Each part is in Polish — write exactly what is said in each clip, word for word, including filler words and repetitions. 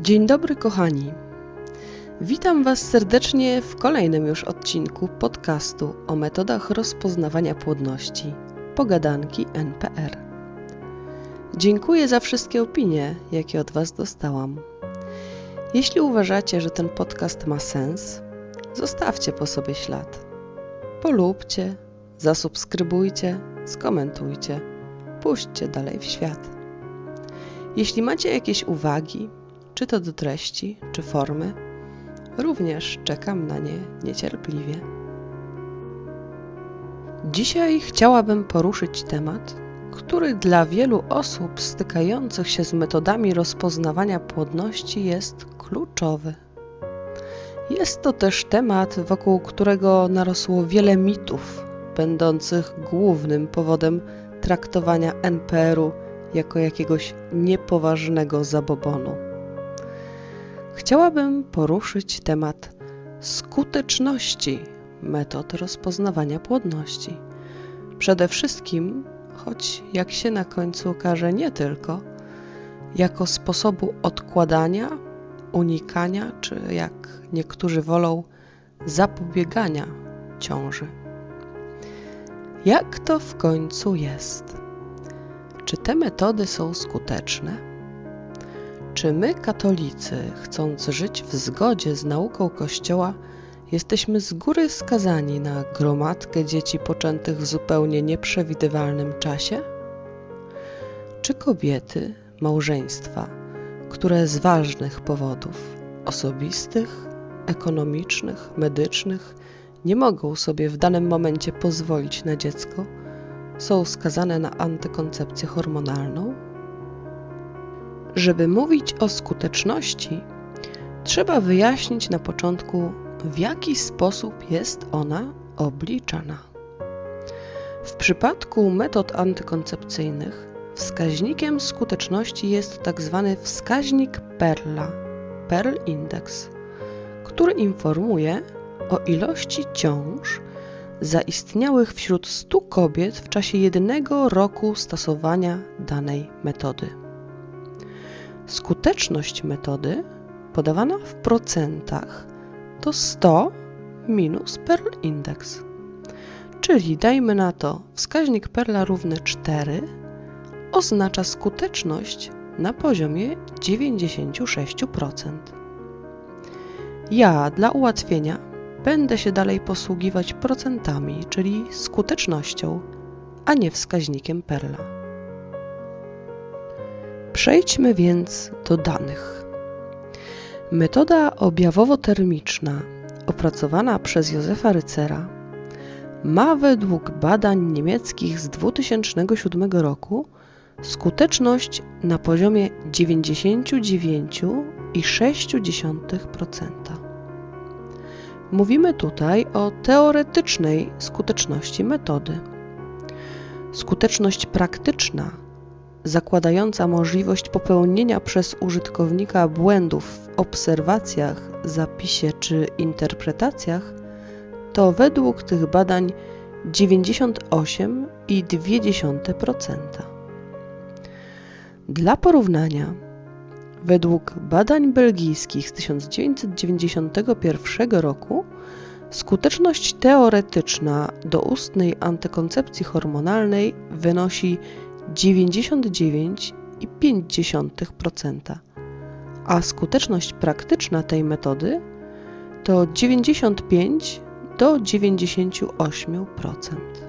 Dzień dobry kochani, witam Was serdecznie w kolejnym już odcinku podcastu o metodach rozpoznawania płodności Pogadanki N P R. Dziękuję za wszystkie opinie, jakie od Was dostałam. Jeśli uważacie, że ten podcast ma sens, zostawcie po sobie ślad. Polubcie, zasubskrybujcie, skomentujcie, puśćcie dalej w świat. Jeśli macie jakieś uwagi, czy to do treści, czy formy, również czekam na nie niecierpliwie. Dzisiaj chciałabym poruszyć temat, który dla wielu osób stykających się z metodami rozpoznawania płodności jest kluczowy. Jest to też temat, wokół którego narosło wiele mitów, będących głównym powodem traktowania N P R-u jako jakiegoś niepoważnego zabobonu. Chciałabym poruszyć temat skuteczności metod rozpoznawania płodności. Przede wszystkim, choć jak się na końcu okaże nie tylko, jako sposobu odkładania, unikania, czy jak niektórzy wolą, zapobiegania ciąży. Jak to w końcu jest? Czy te metody są skuteczne? Czy my, katolicy, chcąc żyć w zgodzie z nauką Kościoła, jesteśmy z góry skazani na gromadkę dzieci poczętych w zupełnie nieprzewidywalnym czasie? Czy kobiety, małżeństwa, które z ważnych powodów osobistych, ekonomicznych, medycznych nie mogą sobie w danym momencie pozwolić na dziecko, są skazane na antykoncepcję hormonalną? Żeby mówić o skuteczności, trzeba wyjaśnić na początku, w jaki sposób jest ona obliczana. W przypadku metod antykoncepcyjnych wskaźnikiem skuteczności jest tzw. wskaźnik Perla, Pearl Index, który informuje o ilości ciąż zaistniałych wśród stu kobiet w czasie jednego roku stosowania danej metody. Skuteczność metody podawana w procentach to sto minus Pearl Index, czyli dajmy na to wskaźnik Perla równy cztery oznacza skuteczność na poziomie dziewięćdziesiąt sześć procent. Ja dla ułatwienia będę się dalej posługiwać procentami, czyli skutecznością, a nie wskaźnikiem Perla. Przejdźmy więc do danych. Metoda objawowo-termiczna opracowana przez Józefa Rycera ma według badań niemieckich z dwutysięcznego siódmego roku skuteczność na poziomie dziewięćdziesiąt dziewięć przecinek sześć procent. Mówimy tutaj o teoretycznej skuteczności metody. Skuteczność praktyczna, zakładająca możliwość popełnienia przez użytkownika błędów w obserwacjach, zapisie czy interpretacjach, to według tych badań dziewięćdziesiąt osiem przecinek dwa procent. Dla porównania, według badań belgijskich z tysiąc dziewięćset dziewięćdziesiątego pierwszego roku skuteczność teoretyczna doustnej antykoncepcji hormonalnej wynosi dziewięćdziesiąt dziewięć przecinek pięć procent, a skuteczność praktyczna tej metody to dziewięćdziesiąt pięć do dziewięćdziesięciu ośmiu procent.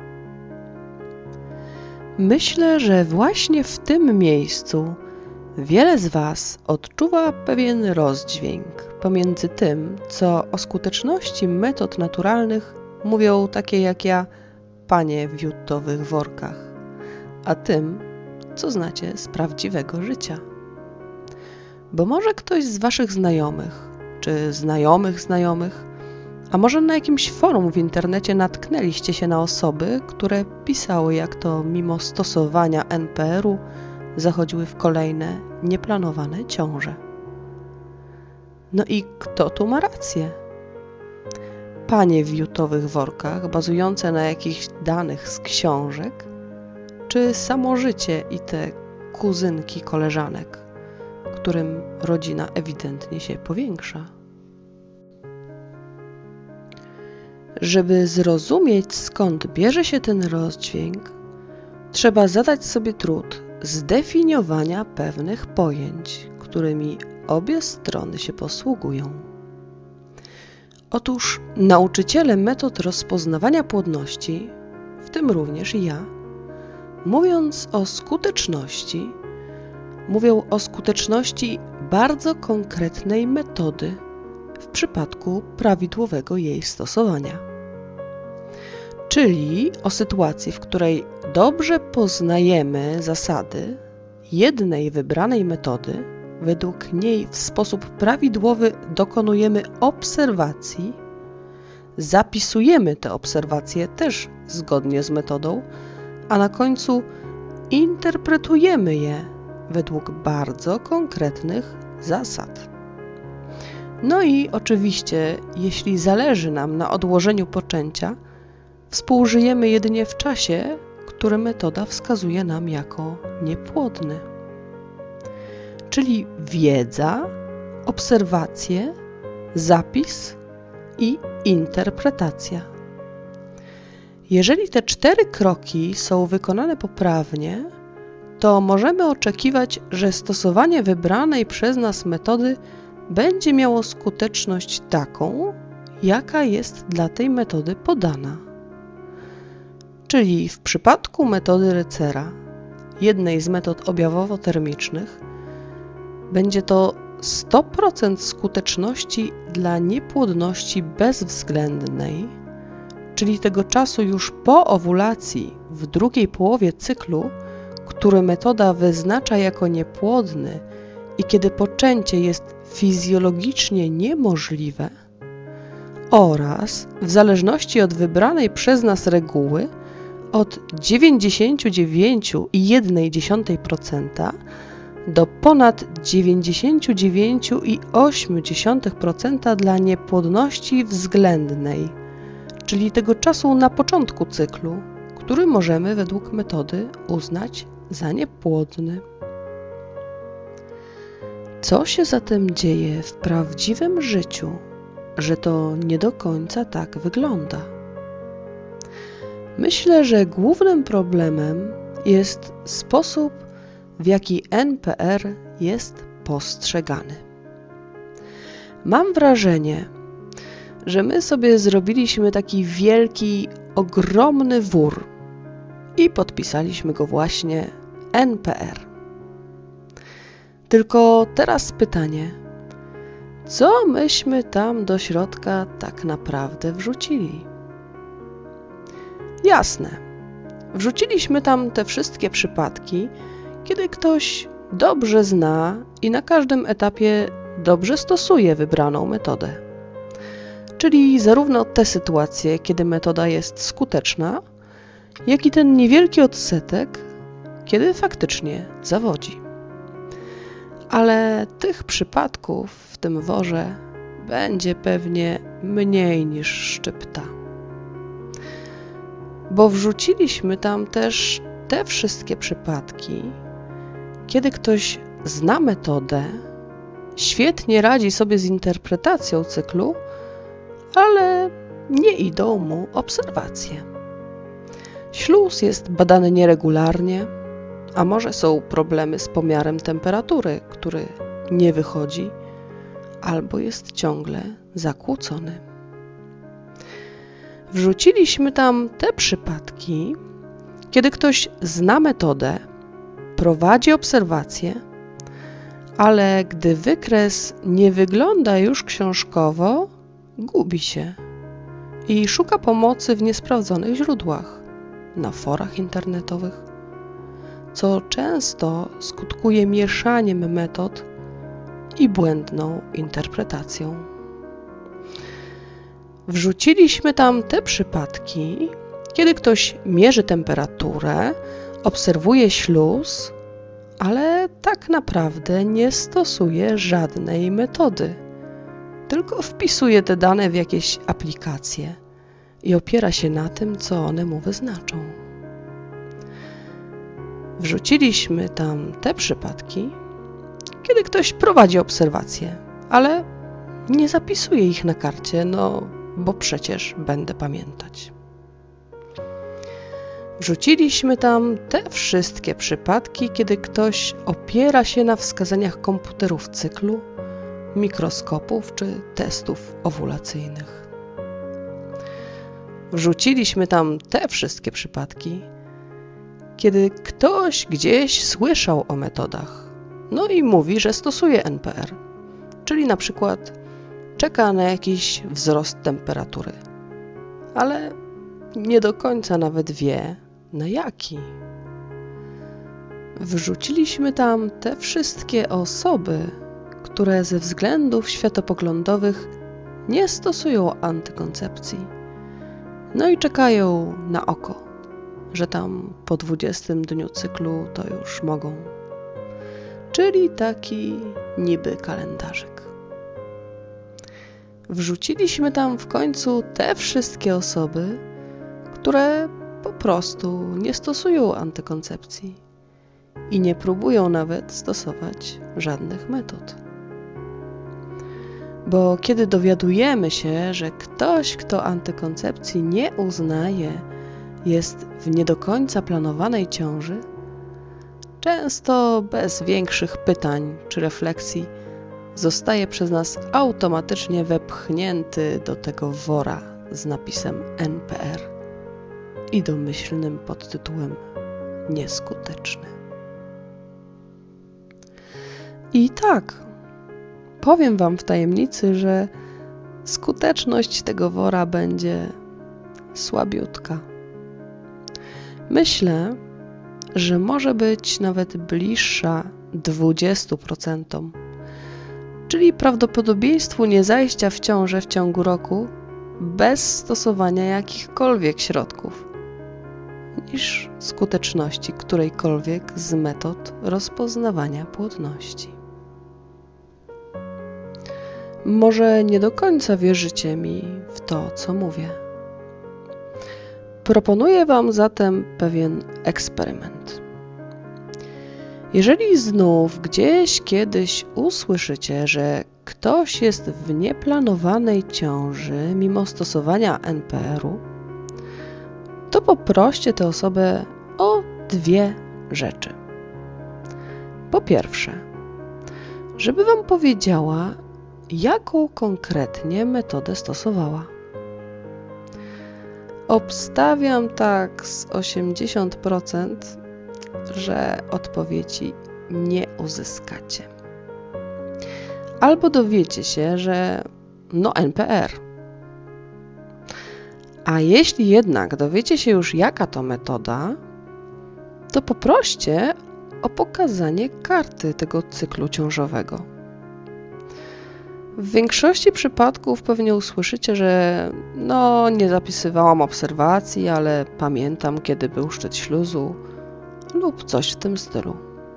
Myślę, że właśnie w tym miejscu wiele z Was odczuwa pewien rozdźwięk pomiędzy tym, co o skuteczności metod naturalnych mówią takie jak ja panie w jutowych workach, a tym, co znacie z prawdziwego życia. Bo może ktoś z Waszych znajomych, czy znajomych znajomych, a może na jakimś forum w internecie natknęliście się na osoby, które pisały, jak to mimo stosowania N P R-u zachodziły w kolejne, nieplanowane ciąże. No i kto tu ma rację? Panie w jutowych workach, bazujące na jakichś danych z książek, czy samo życie i te kuzynki koleżanek, którym rodzina ewidentnie się powiększa. Żeby zrozumieć, skąd bierze się ten rozdźwięk, trzeba zadać sobie trud zdefiniowania pewnych pojęć, którymi obie strony się posługują. Otóż nauczyciele metod rozpoznawania płodności, w tym również i ja, mówiąc o skuteczności, mówią o skuteczności bardzo konkretnej metody w przypadku prawidłowego jej stosowania. Czyli o sytuacji, w której dobrze poznajemy zasady jednej wybranej metody, według niej w sposób prawidłowy dokonujemy obserwacji, zapisujemy te obserwacje też zgodnie z metodą, a na końcu interpretujemy je według bardzo konkretnych zasad. No i oczywiście, jeśli zależy nam na odłożeniu poczęcia, współżyjemy jedynie w czasie, który metoda wskazuje nam jako niepłodny. Czyli wiedza, obserwacje, zapis i interpretacja. Jeżeli te cztery kroki są wykonane poprawnie, to możemy oczekiwać, że stosowanie wybranej przez nas metody będzie miało skuteczność taką, jaka jest dla tej metody podana. Czyli w przypadku metody Rycera, jednej z metod objawowo-termicznych, będzie to sto procent skuteczności dla niepłodności bezwzględnej, czyli tego czasu już po owulacji w drugiej połowie cyklu, który metoda wyznacza jako niepłodny i kiedy poczęcie jest fizjologicznie niemożliwe, oraz w zależności od wybranej przez nas reguły od dziewięćdziesiąt dziewięć przecinek jeden procent do ponad dziewięćdziesiąt dziewięć przecinek osiem procent dla niepłodności względnej, czyli tego czasu na początku cyklu, który możemy według metody uznać za niepłodny. Co się zatem dzieje w prawdziwym życiu, że to nie do końca tak wygląda? Myślę, że głównym problemem jest sposób, w jaki N P R jest postrzegany. Mam wrażenie, że my sobie zrobiliśmy taki wielki, ogromny wór i podpisaliśmy go właśnie N P R. Tylko teraz pytanie, co myśmy tam do środka tak naprawdę wrzucili? Jasne, wrzuciliśmy tam te wszystkie przypadki, kiedy ktoś dobrze zna i na każdym etapie dobrze stosuje wybraną metodę. Czyli zarówno te sytuacje, kiedy metoda jest skuteczna, jak i ten niewielki odsetek, kiedy faktycznie zawodzi. Ale tych przypadków w tym worze będzie pewnie mniej niż szczypta. Bo wrzuciliśmy tam też te wszystkie przypadki, kiedy ktoś zna metodę, świetnie radzi sobie z interpretacją cyklu, ale nie idą mu obserwacje. Śluz jest badany nieregularnie, a może są problemy z pomiarem temperatury, który nie wychodzi, albo jest ciągle zakłócony. Wrzuciliśmy tam te przypadki, kiedy ktoś zna metodę, prowadzi obserwacje, ale gdy wykres nie wygląda już książkowo, gubi się i szuka pomocy w niesprawdzonych źródłach, na forach internetowych, co często skutkuje mieszaniem metod i błędną interpretacją. Wrzuciliśmy tam te przypadki, kiedy ktoś mierzy temperaturę, obserwuje śluz, ale tak naprawdę nie stosuje żadnej metody, tylko wpisuje te dane w jakieś aplikacje i opiera się na tym, co one mu wyznaczą. Wrzuciliśmy tam te przypadki, kiedy ktoś prowadzi obserwacje, ale nie zapisuje ich na karcie, no bo przecież będę pamiętać. Wrzuciliśmy tam te wszystkie przypadki, kiedy ktoś opiera się na wskazaniach komputerów cyklu, mikroskopów czy testów owulacyjnych. Wrzuciliśmy tam te wszystkie przypadki, kiedy ktoś gdzieś słyszał o metodach, no i mówi, że stosuje N P R, czyli na przykład czeka na jakiś wzrost temperatury, ale nie do końca nawet wie, na jaki. Wrzuciliśmy tam te wszystkie osoby, które ze względów światopoglądowych nie stosują antykoncepcji, no i czekają na oko, że tam po dwudziestym dniu cyklu to już mogą. Czyli taki niby kalendarzyk. Wrzuciliśmy tam w końcu te wszystkie osoby, które po prostu nie stosują antykoncepcji i nie próbują nawet stosować żadnych metod. Bo kiedy dowiadujemy się, że ktoś, kto antykoncepcji nie uznaje, jest w nie do końca planowanej ciąży, często bez większych pytań czy refleksji zostaje przez nas automatycznie wepchnięty do tego wora z napisem N P R i domyślnym podtytułem nieskuteczny. I tak, powiem Wam w tajemnicy, że skuteczność tego wora będzie słabiutka. Myślę, że może być nawet bliższa dwudziestu procentom, czyli prawdopodobieństwu niezajścia w ciążę w ciągu roku bez stosowania jakichkolwiek środków, niż skuteczności którejkolwiek z metod rozpoznawania płodności. Może nie do końca wierzycie mi w to, co mówię. Proponuję Wam zatem pewien eksperyment. Jeżeli znów gdzieś kiedyś usłyszycie, że ktoś jest w nieplanowanej ciąży mimo stosowania N P R-u, to poproście tę osobę o dwie rzeczy. Po pierwsze, żeby Wam powiedziała, jaką konkretnie metodę stosowała. Obstawiam tak z osiemdziesiąt procent, że odpowiedzi nie uzyskacie. Albo dowiecie się, że no N P R. A jeśli jednak dowiecie się już, jaka to metoda, to poproście o pokazanie karty tego cyklu ciążowego. W większości przypadków pewnie usłyszycie, że no nie zapisywałam obserwacji, ale pamiętam, kiedy był szczyt śluzu lub coś w tym stylu.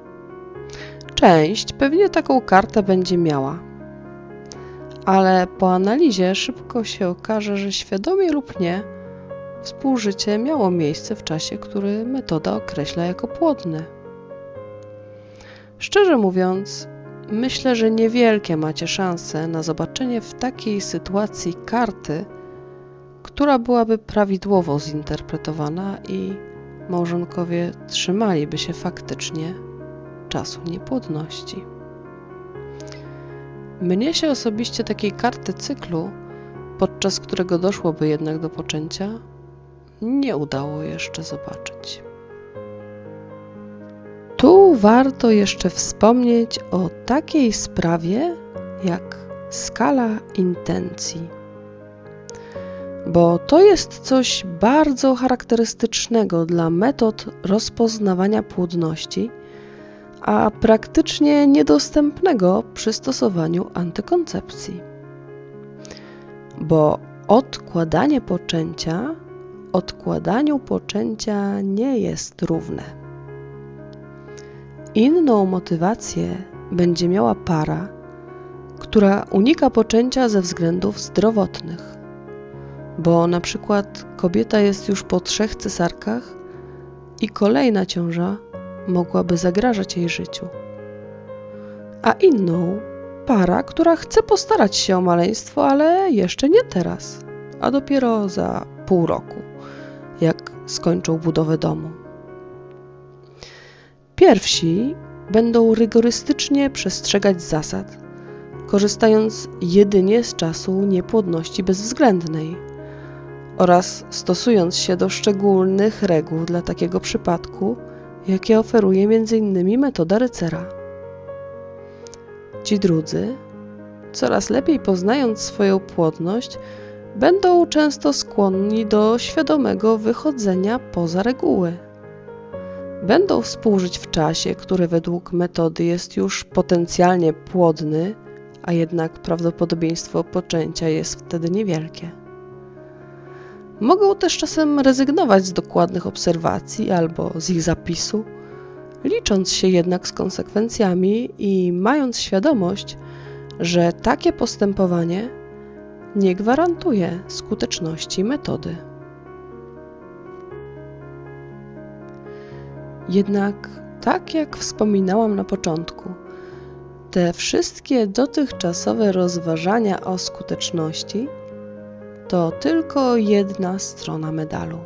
Część pewnie taką kartę będzie miała, ale po analizie szybko się okaże, że świadomie lub nie, współżycie miało miejsce w czasie, który metoda określa jako płodny. Szczerze mówiąc, myślę, że niewielkie macie szanse na zobaczenie w takiej sytuacji karty, która byłaby prawidłowo zinterpretowana i małżonkowie trzymaliby się faktycznie czasu niepłodności. Mnie się osobiście takiej karty cyklu, podczas którego doszłoby jednak do poczęcia, nie udało jeszcze zobaczyć. Tu warto jeszcze wspomnieć o takiej sprawie jak skala intencji, bo to jest coś bardzo charakterystycznego dla metod rozpoznawania płodności, a praktycznie niedostępnego przy stosowaniu antykoncepcji. Bo odkładanie poczęcia odkładaniu poczęcia nie jest równe. Inną motywację będzie miała para, która unika poczęcia ze względów zdrowotnych, bo na przykład kobieta jest już po trzech cesarkach i kolejna ciąża mogłaby zagrażać jej życiu. a inną para, która chce postarać się o maleństwo, ale jeszcze nie teraz, a dopiero za pół roku, jak skończą budowę domu. Pierwsi będą rygorystycznie przestrzegać zasad, korzystając jedynie z czasu niepłodności bezwzględnej oraz stosując się do szczególnych reguł dla takiego przypadku, jakie oferuje m in metoda Rycera. Ci drudzy, coraz lepiej poznając swoją płodność, będą często skłonni do świadomego wychodzenia poza reguły. Będą współżyć w czasie, który według metody jest już potencjalnie płodny, a jednak prawdopodobieństwo poczęcia jest wtedy niewielkie. Mogą też czasem rezygnować z dokładnych obserwacji albo z ich zapisu, licząc się jednak z konsekwencjami i mając świadomość, że takie postępowanie nie gwarantuje skuteczności metody. Jednak, tak jak wspominałam na początku, te wszystkie dotychczasowe rozważania o skuteczności to tylko jedna strona medalu.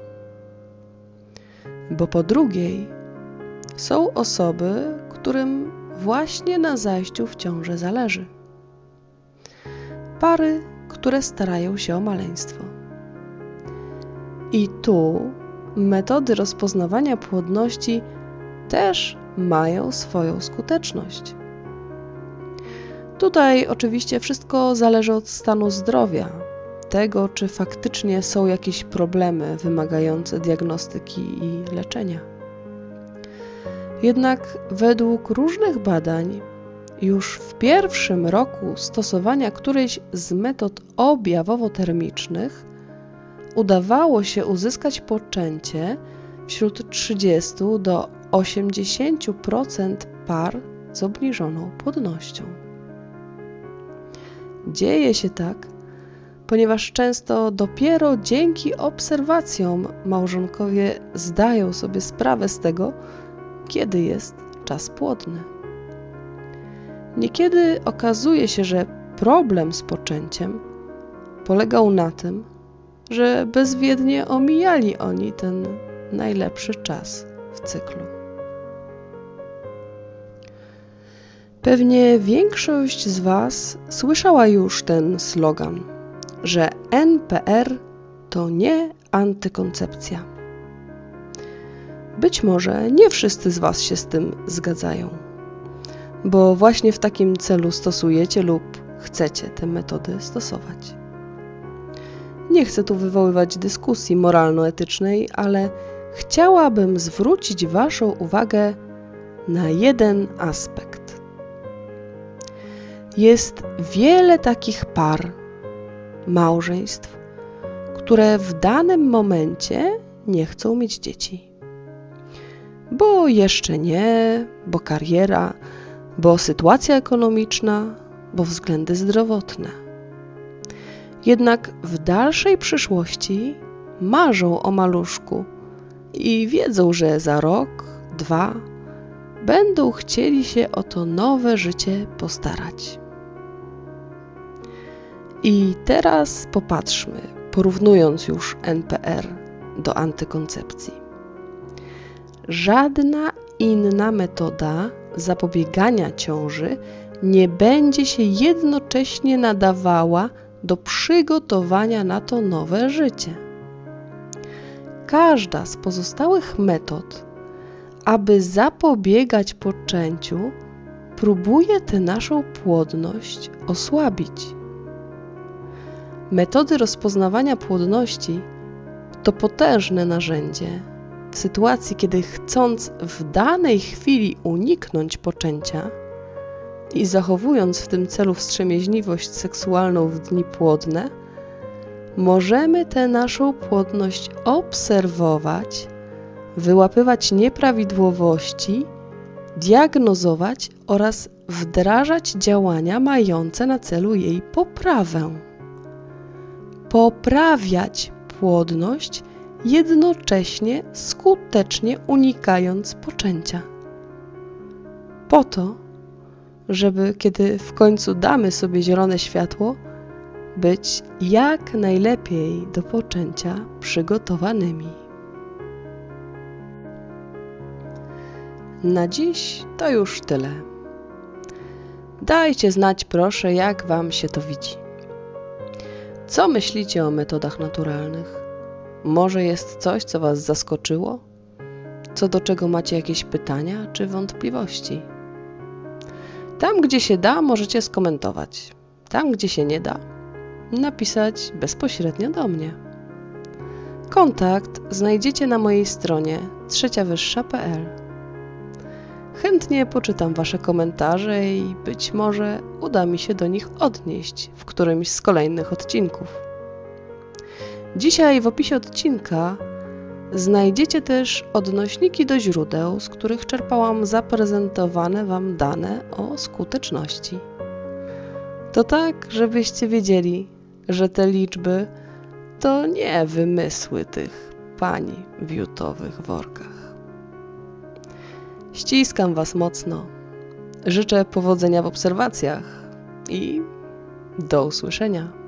Bo po drugiej są osoby, którym właśnie na zajściu w ciążę zależy. Pary, które starają się o maleństwo. I tu metody rozpoznawania płodności też mają swoją skuteczność. Tutaj oczywiście wszystko zależy od stanu zdrowia, tego, czy faktycznie są jakieś problemy wymagające diagnostyki i leczenia. Jednak według różnych badań już w pierwszym roku stosowania którejś z metod objawowo-termicznych udawało się uzyskać poczęcie wśród trzydziestu do osiemdziesięciu procent par z obniżoną płodnością. Dzieje się tak, ponieważ często dopiero dzięki obserwacjom małżonkowie zdają sobie sprawę z tego, kiedy jest czas płodny. Niekiedy okazuje się, że problem z poczęciem polegał na tym, że bezwiednie omijali oni ten najlepszy czas w cyklu. Pewnie większość z Was słyszała już ten slogan, że N P R to nie antykoncepcja. Być może nie wszyscy z Was się z tym zgadzają, bo właśnie w takim celu stosujecie lub chcecie te metody stosować. Nie chcę tu wywoływać dyskusji moralno-etycznej, ale chciałabym zwrócić Waszą uwagę na jeden aspekt. Jest wiele takich par, małżeństw, które w danym momencie nie chcą mieć dzieci. Bo jeszcze nie, bo kariera, bo sytuacja ekonomiczna, bo względy zdrowotne. Jednak w dalszej przyszłości marzą o maluszku i wiedzą, że za rok, dwa będą chcieli się o to nowe życie postarać. I teraz popatrzmy, porównując już N P R do antykoncepcji. Żadna inna metoda zapobiegania ciąży nie będzie się jednocześnie nadawała do przygotowania na to nowe życie. Każda z pozostałych metod, aby zapobiegać poczęciu, próbuje tę naszą płodność osłabić. Metody rozpoznawania płodności to potężne narzędzie w sytuacji, kiedy chcąc w danej chwili uniknąć poczęcia i zachowując w tym celu wstrzemięźliwość seksualną w dni płodne, możemy tę naszą płodność obserwować, wyłapywać nieprawidłowości, diagnozować oraz wdrażać działania mające na celu jej poprawę. Poprawiać płodność, jednocześnie skutecznie unikając poczęcia. Po to, żeby kiedy w końcu damy sobie zielone światło, być jak najlepiej do poczęcia przygotowanymi. Na dziś to już tyle. Dajcie znać proszę, jak Wam się to widzi. Co myślicie o metodach naturalnych? Może jest coś, co Was zaskoczyło? Co do czego macie jakieś pytania czy wątpliwości? Tam, gdzie się da, możecie skomentować. Tam, gdzie się nie da, napisać bezpośrednio do mnie. Kontakt znajdziecie na mojej stronie trzecia wyższa kropka pe el. Chętnie poczytam Wasze komentarze i być może uda mi się do nich odnieść w którymś z kolejnych odcinków. Dzisiaj w opisie odcinka znajdziecie też odnośniki do źródeł, z których czerpałam zaprezentowane Wam dane o skuteczności. To tak, żebyście wiedzieli, że te liczby to nie wymysły tych pań w jutowych workach. Ściskam Was mocno. Życzę powodzenia w obserwacjach i do usłyszenia.